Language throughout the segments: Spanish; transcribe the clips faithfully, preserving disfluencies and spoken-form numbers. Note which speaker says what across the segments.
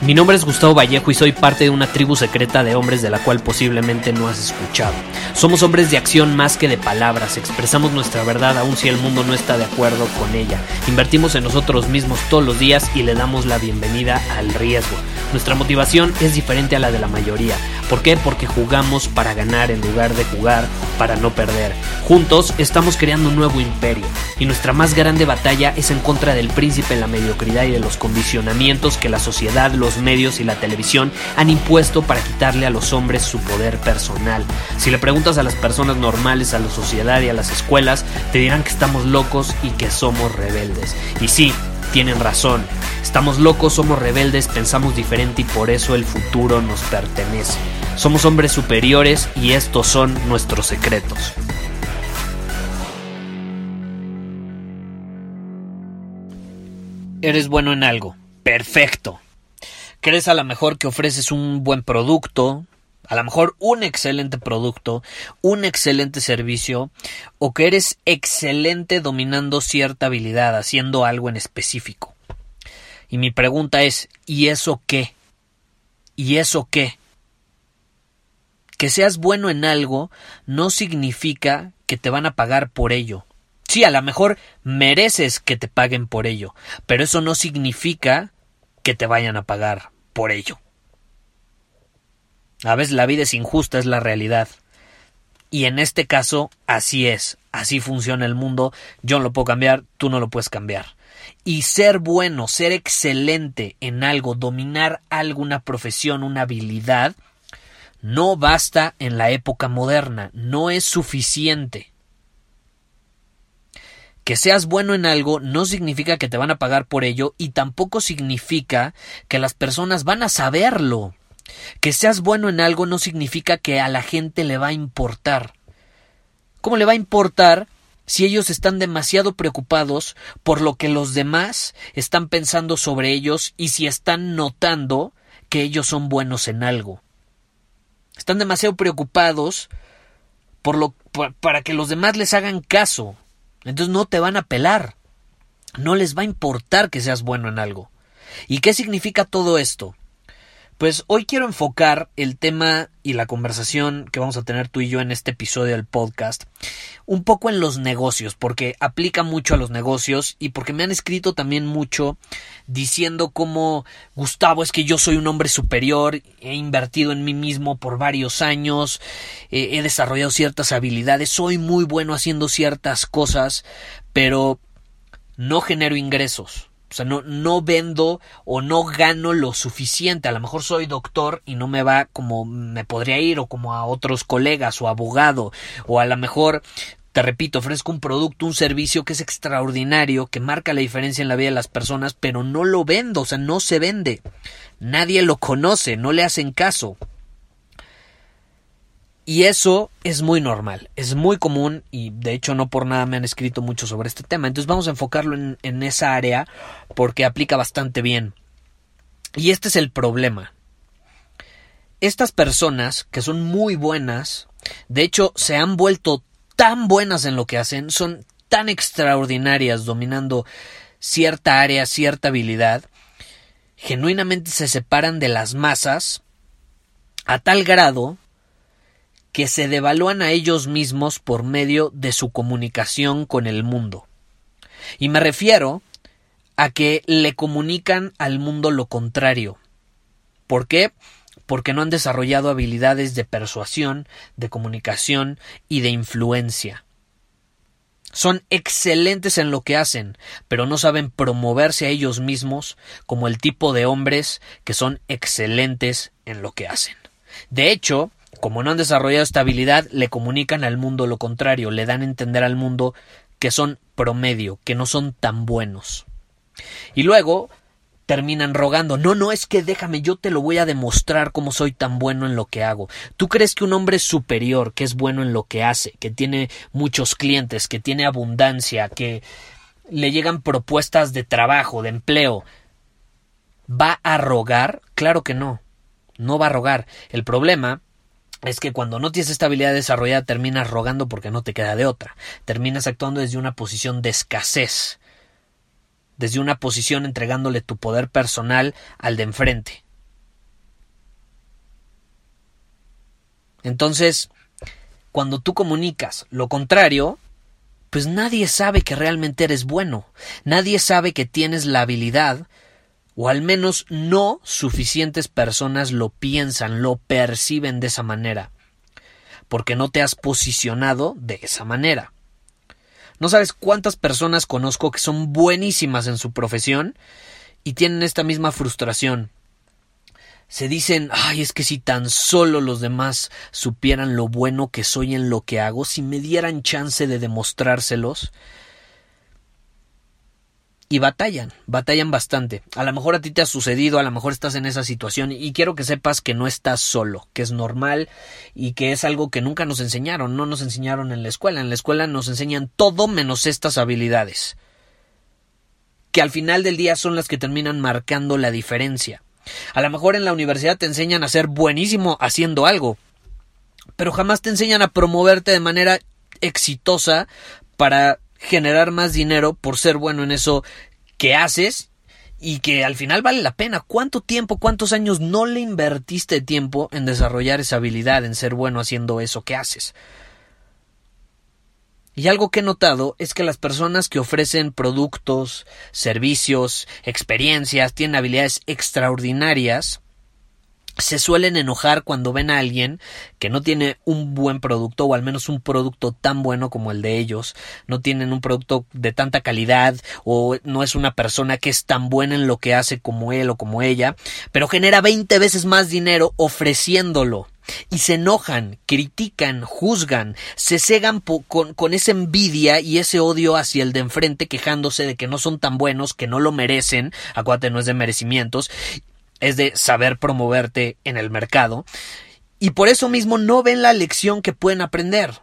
Speaker 1: Mi nombre es Gustavo Vallejo y soy parte de una tribu secreta de hombres de la cual posiblemente no has escuchado. Somos hombres de acción más que de palabras, expresamos nuestra verdad aun si el mundo no está de acuerdo con ella. Invertimos en nosotros mismos todos los días y le damos la bienvenida al riesgo. Nuestra motivación es diferente a la de la mayoría. ¿Por qué? Porque jugamos para ganar en lugar de jugar para no perder. Juntos estamos creando un nuevo imperio y nuestra más grande batalla es en contra del príncipe, la mediocridad y de los condicionamientos que la sociedad, los medios y la televisión han impuesto para quitarle a los hombres su poder personal. Si le preguntas a las personas normales, a la sociedad y a las escuelas, te dirán que estamos locos y que somos rebeldes. Y sí, tienen razón. Estamos locos, somos rebeldes, pensamos diferente y por eso el futuro nos pertenece. Somos hombres superiores y estos son nuestros secretos. Eres bueno en algo. Perfecto. ¿Crees a lo mejor que ofreces un buen producto? A lo mejor un excelente producto, un excelente servicio, o que eres excelente dominando cierta habilidad, haciendo algo en específico. Y mi pregunta es, ¿y eso qué? ¿Y eso qué? Que seas bueno en algo no significa que te van a pagar por ello. Sí, a lo mejor mereces que te paguen por ello, pero eso no significa que te vayan a pagar por ello. A veces la vida es injusta, es la realidad. Y en este caso, así es. Así funciona el mundo. Yo no lo puedo cambiar, tú no lo puedes cambiar. Y ser bueno, ser excelente en algo, dominar algo, una profesión, una habilidad, no basta en la época moderna. No es suficiente. Que seas bueno en algo no significa que te van a pagar por ello y tampoco significa que las personas van a saberlo. Que seas bueno en algo no significa que a la gente le va a importar. ¿Cómo le va a importar si ellos están demasiado preocupados por lo que los demás están pensando sobre ellos y si están notando que ellos son buenos en algo? Están demasiado preocupados por lo, por, para que los demás les hagan caso. Entonces no te van a pelar. No les va a importar que seas bueno en algo. ¿Y qué significa todo esto? Pues hoy quiero enfocar el tema y la conversación que vamos a tener tú y yo en este episodio del podcast un poco en los negocios, porque aplica mucho a los negocios y porque me han escrito también mucho diciendo como Gustavo, es que yo soy un hombre superior, he invertido en mí mismo por varios años, eh, he desarrollado ciertas habilidades, soy muy bueno haciendo ciertas cosas, pero no genero ingresos. O sea, no, no vendo o no gano lo suficiente. A lo mejor soy doctor y no me va como me podría ir o como a otros colegas o abogado. O a lo mejor, te repito, ofrezco un producto, un servicio que es extraordinario, que marca la diferencia en la vida de las personas, pero no lo vendo, o sea, no se vende. Nadie lo conoce, no le hacen caso. Y eso es muy normal, es muy común y de hecho no por nada me han escrito mucho sobre este tema. Entonces vamos a enfocarlo en, en esa área porque aplica bastante bien. Y este es el problema. Estas personas que son muy buenas, de hecho se han vuelto tan buenas en lo que hacen, son tan extraordinarias dominando cierta área, cierta habilidad, genuinamente se separan de las masas a tal grado que se devalúan a ellos mismos por medio de su comunicación con el mundo. Y me refiero a que le comunican al mundo lo contrario. ¿Por qué? Porque no han desarrollado habilidades de persuasión, de comunicación y de influencia. Son excelentes en lo que hacen, pero no saben promoverse a ellos mismos como el tipo de hombres que son excelentes en lo que hacen. De hecho, como no han desarrollado esta habilidad, le comunican al mundo lo contrario, le dan a entender al mundo que son promedio, que no son tan buenos. Y luego terminan rogando, no, no, es que déjame, yo te lo voy a demostrar cómo soy tan bueno en lo que hago. ¿Tú crees que un hombre superior, que es bueno en lo que hace, que tiene muchos clientes, que tiene abundancia, que le llegan propuestas de trabajo, de empleo, va a rogar? Claro que no, no va a rogar. El problema es que cuando no tienes esta habilidad desarrollada terminas rogando porque no te queda de otra. Terminas actuando desde una posición de escasez, desde una posición entregándole tu poder personal al de enfrente. Entonces, cuando tú comunicas lo contrario, pues nadie sabe que realmente eres bueno. Nadie sabe que tienes la habilidad, o al menos no suficientes personas lo piensan, lo perciben de esa manera, porque no te has posicionado de esa manera. No sabes cuántas personas conozco que son buenísimas en su profesión y tienen esta misma frustración. Se dicen, ay, es que si tan solo los demás supieran lo bueno que soy en lo que hago, si me dieran chance de demostrárselos. Y batallan, batallan bastante. A lo mejor a ti te ha sucedido, a lo mejor estás en esa situación y quiero que sepas que no estás solo, que es normal y que es algo que nunca nos enseñaron, no nos enseñaron en la escuela. En la escuela nos enseñan todo menos estas habilidades, que al final del día son las que terminan marcando la diferencia. A lo mejor en la universidad te enseñan a ser buenísimo haciendo algo, pero jamás te enseñan a promoverte de manera exitosa para generar más dinero por ser bueno en eso que haces y que al final vale la pena. ¿Cuánto tiempo, cuántos años no le invertiste tiempo en desarrollar esa habilidad, en ser bueno haciendo eso que haces? Y algo que he notado es que las personas que ofrecen productos, servicios, experiencias, tienen habilidades extraordinarias, se suelen enojar cuando ven a alguien que no tiene un buen producto, o al menos un producto tan bueno como el de ellos, no tienen un producto de tanta calidad, o no es una persona que es tan buena en lo que hace como él o como ella, pero genera veinte veces más dinero ofreciéndolo. Y se enojan, critican, juzgan, se cegan po- con, con esa envidia y ese odio hacia el de enfrente, quejándose de que no son tan buenos, que no lo merecen. Acuérdate, no es de merecimientos, es de saber promoverte en el mercado. Y por eso mismo no ven la lección que pueden aprender.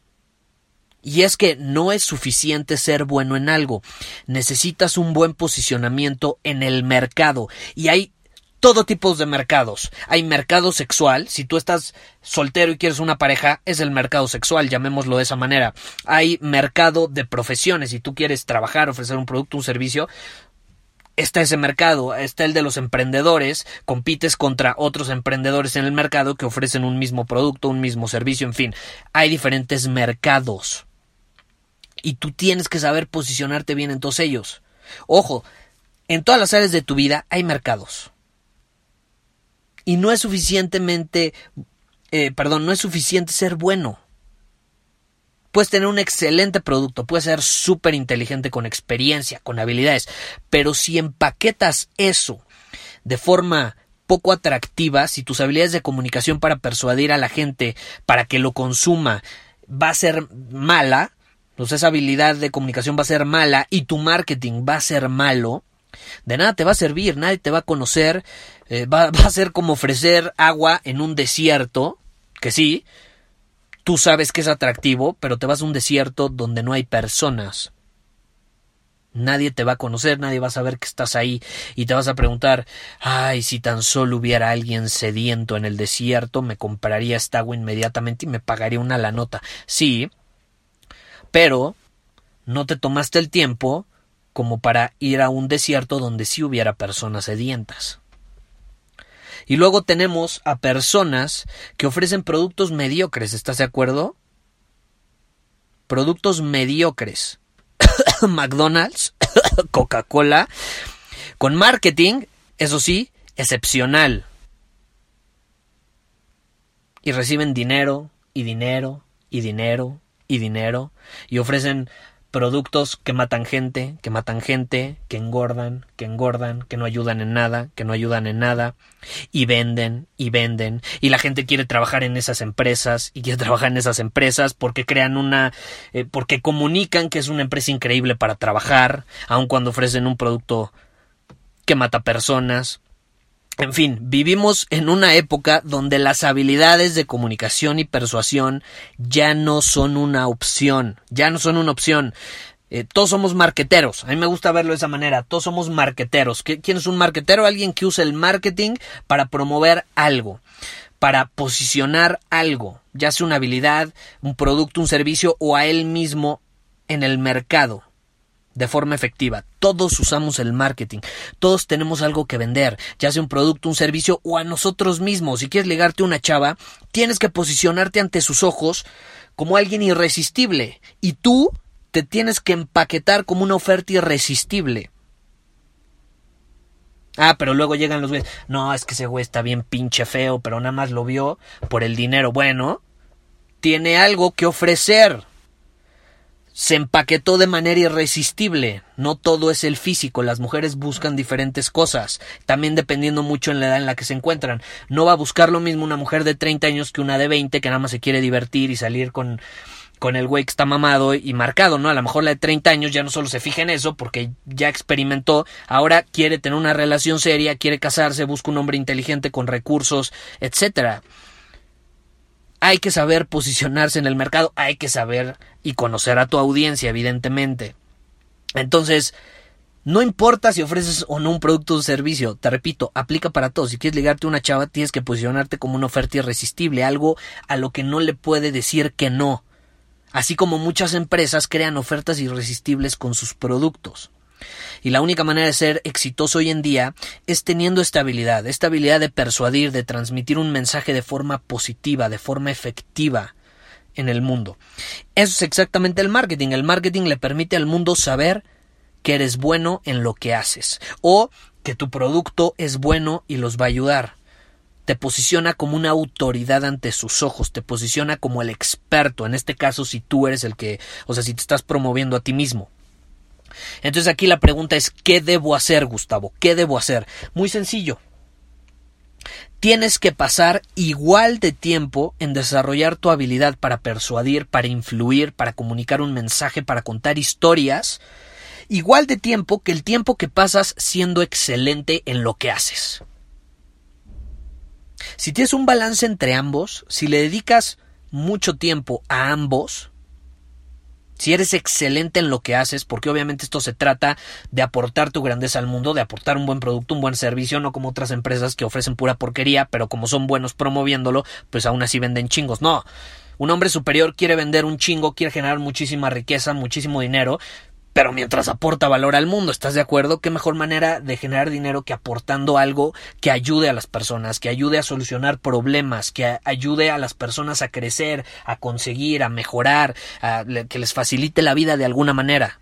Speaker 1: Y es que no es suficiente ser bueno en algo. Necesitas un buen posicionamiento en el mercado. Y hay todo tipo de mercados. Hay mercado sexual. Si tú estás soltero y quieres una pareja, es el mercado sexual, llamémoslo de esa manera. Hay mercado de profesiones. Si tú quieres trabajar, ofrecer un producto, un servicio, está ese mercado. Está el de los emprendedores. Compites contra otros emprendedores en el mercado que ofrecen un mismo producto, un mismo servicio, en fin. Hay diferentes mercados. Y tú tienes que saber posicionarte bien en todos ellos. Ojo, en todas las áreas de tu vida hay mercados. Y no es suficientemente, eh, perdón, no es suficiente ser bueno. Puedes tener un excelente producto, puedes ser súper inteligente con experiencia, con habilidades, pero si empaquetas eso de forma poco atractiva, si tus habilidades de comunicación para persuadir a la gente para que lo consuma va a ser mala, pues esa habilidad de comunicación va a ser mala y tu marketing va a ser malo, de nada te va a servir, nadie te va a conocer, eh, va, va a ser como ofrecer agua en un desierto, que sí, tú sabes que es atractivo, pero te vas a un desierto donde no hay personas. Nadie te va a conocer, nadie va a saber que estás ahí y te vas a preguntar, ay, si tan solo hubiera alguien sediento en el desierto, me compraría esta agua inmediatamente y me pagaría una la nota. Sí, pero no te tomaste el tiempo como para ir a un desierto donde sí hubiera personas sedientas. Y luego tenemos a personas que ofrecen productos mediocres, ¿estás de acuerdo? Productos mediocres. McDonald's, Coca-Cola, con marketing, eso sí, excepcional. Y reciben dinero, y dinero, y dinero, y dinero, y ofrecen productos que matan gente, que matan gente, que engordan, que engordan, que no ayudan en nada, que no ayudan en nada, y venden, y venden, y la gente quiere trabajar en esas empresas, y quiere trabajar en esas empresas porque crean una, eh, porque comunican que es una empresa increíble para trabajar, aun cuando ofrecen un producto que mata personas. En fin, vivimos en una época donde las habilidades de comunicación y persuasión ya no son una opción, ya no son una opción. Eh, todos somos marqueteros, a mí me gusta verlo de esa manera, todos somos marqueteros. ¿Quién es un marquetero? Alguien que usa el marketing para promover algo, para posicionar algo, ya sea una habilidad, un producto, un servicio o a él mismo en el mercado. de forma efectiva. Todos usamos el marketing, todos tenemos algo que vender, ya sea un producto, un servicio o a nosotros mismos. Si quieres ligarte a una chava, tienes que posicionarte ante sus ojos como alguien irresistible y tú te tienes que empaquetar como una oferta irresistible. Ah, pero luego llegan los güeyes, no, es que ese güey está bien pinche feo, pero nada más lo vio por el dinero. Bueno, tiene algo que ofrecer. Se empaquetó de manera irresistible. No todo es el físico. Las mujeres buscan diferentes cosas. También dependiendo mucho en la edad en la que se encuentran. No va a buscar lo mismo una mujer de treinta años que una de veinte que nada más se quiere divertir y salir con, con el güey que está mamado y marcado, ¿no? A lo mejor la de treinta años ya no solo se fija en eso porque ya experimentó. Ahora quiere tener una relación seria, quiere casarse, busca un hombre inteligente con recursos, etcétera. Hay que saber posicionarse en el mercado, hay que saber y conocer a tu audiencia, evidentemente. Entonces, no importa si ofreces o no un producto o servicio, te repito, aplica para todo. Si quieres ligarte a una chava, tienes que posicionarte como una oferta irresistible, algo a lo que no le puede decir que no. Así como muchas empresas crean ofertas irresistibles con sus productos. Y la única manera de ser exitoso hoy en día es teniendo esta habilidad, esta habilidad de persuadir, de transmitir un mensaje de forma positiva, de forma efectiva en el mundo. Eso es exactamente el marketing. El marketing le permite al mundo saber que eres bueno en lo que haces o que tu producto es bueno y los va a ayudar. Te posiciona como una autoridad ante sus ojos, te posiciona como el experto, en este caso si tú eres el que, o sea, si te estás promoviendo a ti mismo. Entonces aquí la pregunta es, ¿qué debo hacer, Gustavo? ¿Qué debo hacer? Muy sencillo. Tienes que pasar igual de tiempo en desarrollar tu habilidad para persuadir, para influir, para comunicar un mensaje, para contar historias, igual de tiempo que el tiempo que pasas siendo excelente en lo que haces. Si tienes un balance entre ambos, si le dedicas mucho tiempo a ambos, si eres excelente en lo que haces, porque obviamente esto se trata de aportar tu grandeza al mundo, de aportar un buen producto, un buen servicio, no como otras empresas que ofrecen pura porquería, pero como son buenos promoviéndolo, pues aún así venden chingos. No, un hombre superior quiere vender un chingo, quiere generar muchísima riqueza, muchísimo dinero, pero mientras aporta valor al mundo, ¿estás de acuerdo? ¿Qué mejor manera de generar dinero que aportando algo que ayude a las personas, que ayude a solucionar problemas, que ayude a las personas a crecer, a conseguir, a mejorar, a, que les facilite la vida de alguna manera?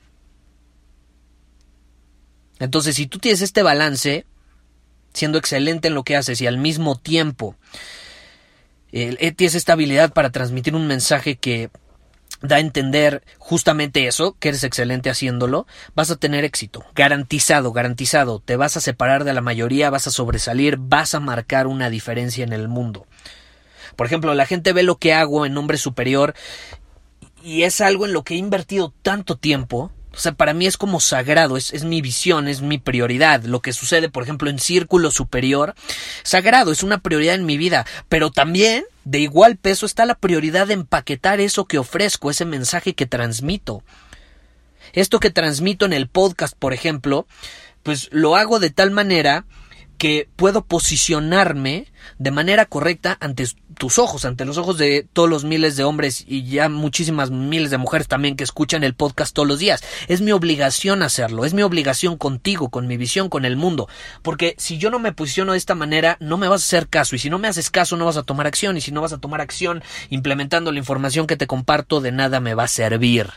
Speaker 1: Entonces, si tú tienes este balance, siendo excelente en lo que haces y al mismo tiempo eh, tienes esta habilidad para transmitir un mensaje que da a entender justamente eso, que eres excelente haciéndolo, vas a tener éxito, garantizado, garantizado, te vas a separar de la mayoría, vas a sobresalir, vas a marcar una diferencia en el mundo. Por ejemplo, la gente ve lo que hago en Nombre Superior y es algo en lo que he invertido tanto tiempo. O sea, para mí es como sagrado, es, es mi visión, es mi prioridad. Lo que sucede, por ejemplo, en Círculo Superior, sagrado, es una prioridad en mi vida. Pero también, de igual peso, está la prioridad de empaquetar eso que ofrezco, ese mensaje que transmito. Esto que transmito en el podcast, por ejemplo, pues lo hago de tal manera que puedo posicionarme de manera correcta ante tus ojos, ante los ojos de todos los miles de hombres y ya muchísimas miles de mujeres también que escuchan el podcast todos los días. Es mi obligación hacerlo, es mi obligación contigo, con mi visión, con el mundo, porque si yo no me posiciono de esta manera, no me vas a hacer caso, y si no me haces caso, no vas a tomar acción, y si no vas a tomar acción implementando la información que te comparto, de nada me va a servir.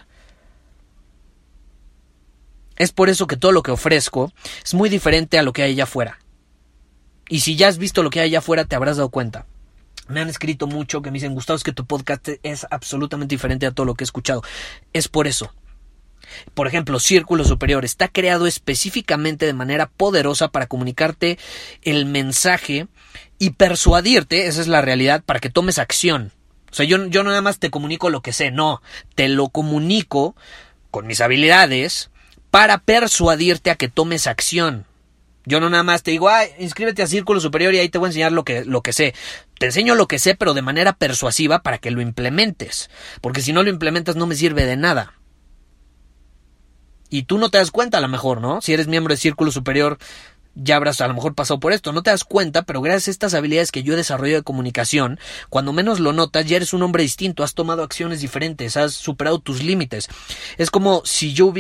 Speaker 1: Es por eso que todo lo que ofrezco es muy diferente a lo que hay allá afuera. Y si ya has visto lo que hay allá afuera, te habrás dado cuenta. Me han escrito mucho que me dicen, Gustavo, es que tu podcast es absolutamente diferente a todo lo que he escuchado. Es por eso. Por ejemplo, Círculo Superior está creado específicamente de manera poderosa para comunicarte el mensaje y persuadirte, esa es la realidad, para que tomes acción. O sea, yo, yo no nada más te comunico lo que sé, no. Te lo comunico con mis habilidades para persuadirte a que tomes acción. Yo no nada más te digo, ah, inscríbete a Círculo Superior y ahí te voy a enseñar lo que, lo que sé. Te enseño lo que sé, pero de manera persuasiva para que lo implementes. Porque si no lo implementas no me sirve de nada. Y tú no te das cuenta a lo mejor, ¿no? Si eres miembro de Círculo Superior, ya habrás a lo mejor pasado por esto. No te das cuenta, pero gracias a estas habilidades que yo he desarrollado de comunicación, cuando menos lo notas, ya eres un hombre distinto. Has tomado acciones diferentes, has superado tus límites. Es como si yo hubiera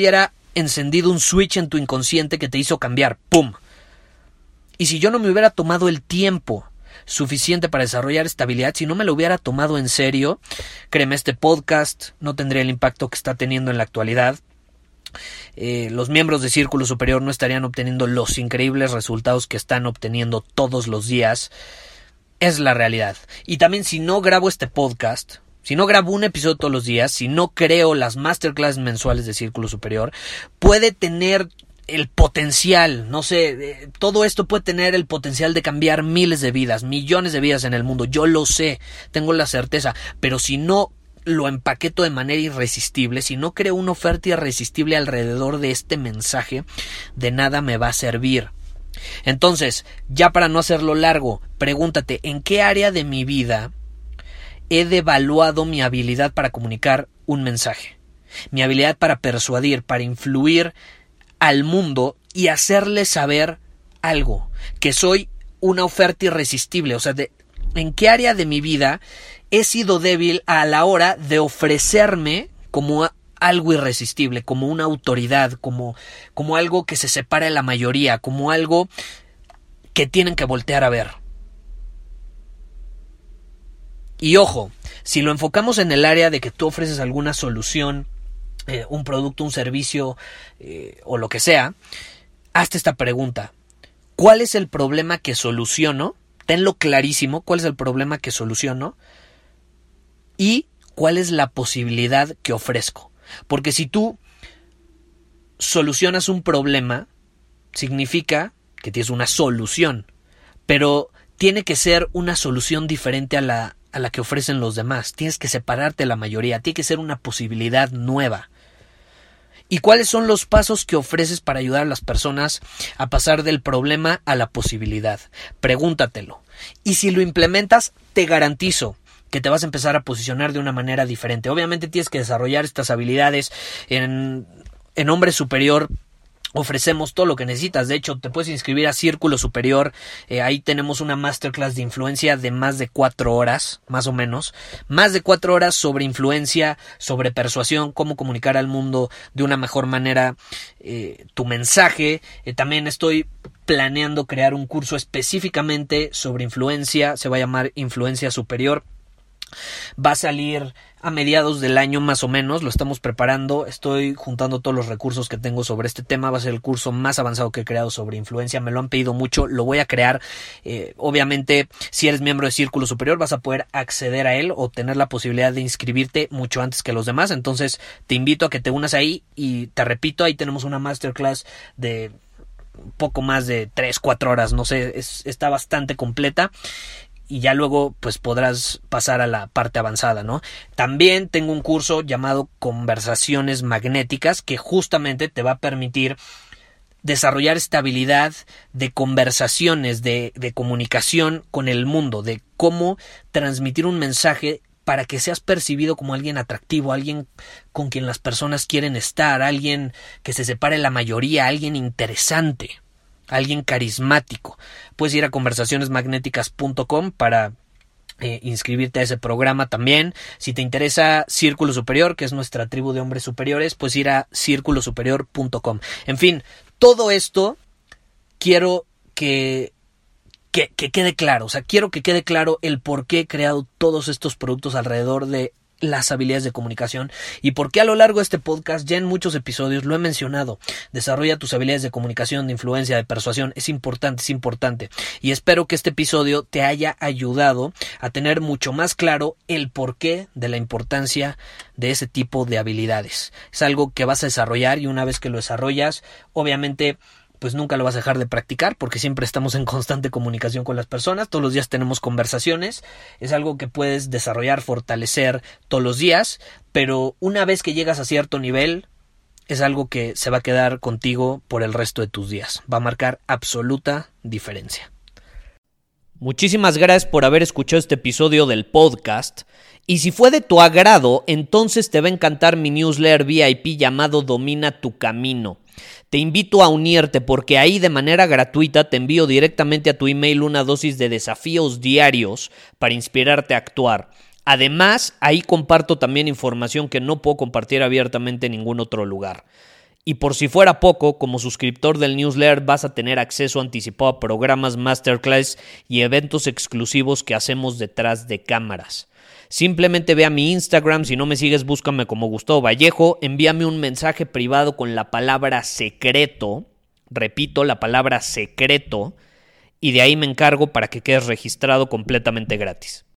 Speaker 1: encendido un switch en tu inconsciente que te hizo cambiar. ¡Pum! Y si yo no me hubiera tomado el tiempo suficiente para desarrollar esta habilidad, si no me lo hubiera tomado en serio, créeme, este podcast no tendría el impacto que está teniendo en la actualidad. Eh, los miembros de Círculo Superior no estarían obteniendo los increíbles resultados que están obteniendo todos los días. Es la realidad. Y también, si no grabo este podcast, si no grabo un episodio todos los días, si no creo las masterclass mensuales de Círculo Superior, puede tener el potencial, no sé, eh, todo esto puede tener el potencial de cambiar miles de vidas, millones de vidas en el mundo. Yo lo sé, tengo la certeza, pero si no lo empaqueto de manera irresistible, si no creo una oferta irresistible alrededor de este mensaje, de nada me va a servir. Entonces, ya para no hacerlo largo, pregúntate, ¿en qué área de mi vida he devaluado mi habilidad para comunicar un mensaje? Mi habilidad para persuadir, para influir al mundo y hacerle saber algo, que soy una oferta irresistible. O sea, de, ¿en qué área de mi vida he sido débil a la hora de ofrecerme como a, algo irresistible, como una autoridad, como, como algo que se separa de la mayoría, como algo que tienen que voltear a ver? Y ojo, si lo enfocamos en el área de que tú ofreces alguna solución, eh, un producto, un servicio eh, o lo que sea, hazte esta pregunta: ¿cuál es el problema que soluciono? Tenlo clarísimo, ¿cuál es el problema que soluciono? Y ¿cuál es la posibilidad que ofrezco? Porque si tú solucionas un problema, significa que tienes una solución, pero tiene que ser una solución diferente a la, a la que ofrecen los demás. Tienes que separarte de la mayoría, tiene que ser una posibilidad nueva. ¿Y cuáles son los pasos que ofreces para ayudar a las personas a pasar del problema a la posibilidad? Pregúntatelo. Y si lo implementas, te garantizo que te vas a empezar a posicionar de una manera diferente. Obviamente tienes que desarrollar estas habilidades. En, en Hombre Superior ofrecemos todo lo que necesitas. De hecho, te puedes inscribir a Círculo Superior. Eh, ahí tenemos una masterclass de influencia de más de cuatro horas, más o menos. Más de cuatro horas sobre influencia, sobre persuasión, cómo comunicar al mundo de una mejor manera eh, tu mensaje. Eh, también estoy planeando crear un curso específicamente sobre influencia. Se va a llamar Influencia Superior. Va a salir a mediados del año más o menos, lo estamos preparando, estoy juntando todos los recursos que tengo sobre este tema. Va a ser el curso más avanzado que he creado sobre influencia, me lo han pedido mucho, lo voy a crear. Eh, obviamente, si eres miembro de Círculo Superior vas a poder acceder a él o tener la posibilidad de inscribirte mucho antes que los demás. Entonces te invito a que te unas ahí y te repito, ahí tenemos una masterclass de poco más de tres, cuatro horas, no sé, es, está bastante completa. Y ya luego pues podrás pasar a la parte avanzada, ¿no? También tengo un curso llamado Conversaciones Magnéticas que justamente te va a permitir desarrollar esta habilidad de conversaciones, de, de comunicación con el mundo, de cómo transmitir un mensaje para que seas percibido como alguien atractivo, alguien con quien las personas quieren estar, alguien que se separe de la mayoría, alguien interesante, alguien carismático. Puedes ir a conversaciones magnéticas punto com para eh, inscribirte a ese programa también. Si te interesa Círculo Superior, que es nuestra tribu de hombres superiores, puedes ir a círculo superior punto com. En fin, todo esto quiero que, que, que quede claro. O sea, quiero que quede claro el por qué he creado todos estos productos alrededor de las habilidades de comunicación y porque a lo largo de este podcast, ya en muchos episodios lo he mencionado. Desarrolla tus habilidades de comunicación, de influencia, de persuasión. Es importante, es importante. Y espero que este episodio te haya ayudado a tener mucho más claro el porqué de la importancia de ese tipo de habilidades. Es algo que vas a desarrollar y una vez que lo desarrollas, obviamente pues nunca lo vas a dejar de practicar porque siempre estamos en constante comunicación con las personas, todos los días tenemos conversaciones, es algo que puedes desarrollar, fortalecer todos los días, pero una vez que llegas a cierto nivel, es algo que se va a quedar contigo por el resto de tus días, va a marcar absoluta diferencia. Muchísimas gracias por haber escuchado este episodio del podcast. Y si fue de tu agrado, entonces te va a encantar mi newsletter V I P llamado Domina tu Camino. Te invito a unirte porque ahí de manera gratuita te envío directamente a tu email una dosis de desafíos diarios para inspirarte a actuar. Además, ahí comparto también información que no puedo compartir abiertamente en ningún otro lugar. Y por si fuera poco, como suscriptor del newsletter vas a tener acceso anticipado a programas, masterclass y eventos exclusivos que hacemos detrás de cámaras. Simplemente ve a mi Instagram, si no me sigues búscame como Gustavo Vallejo, envíame un mensaje privado con la palabra secreto, repito, la palabra secreto, y de ahí me encargo para que quedes registrado completamente gratis.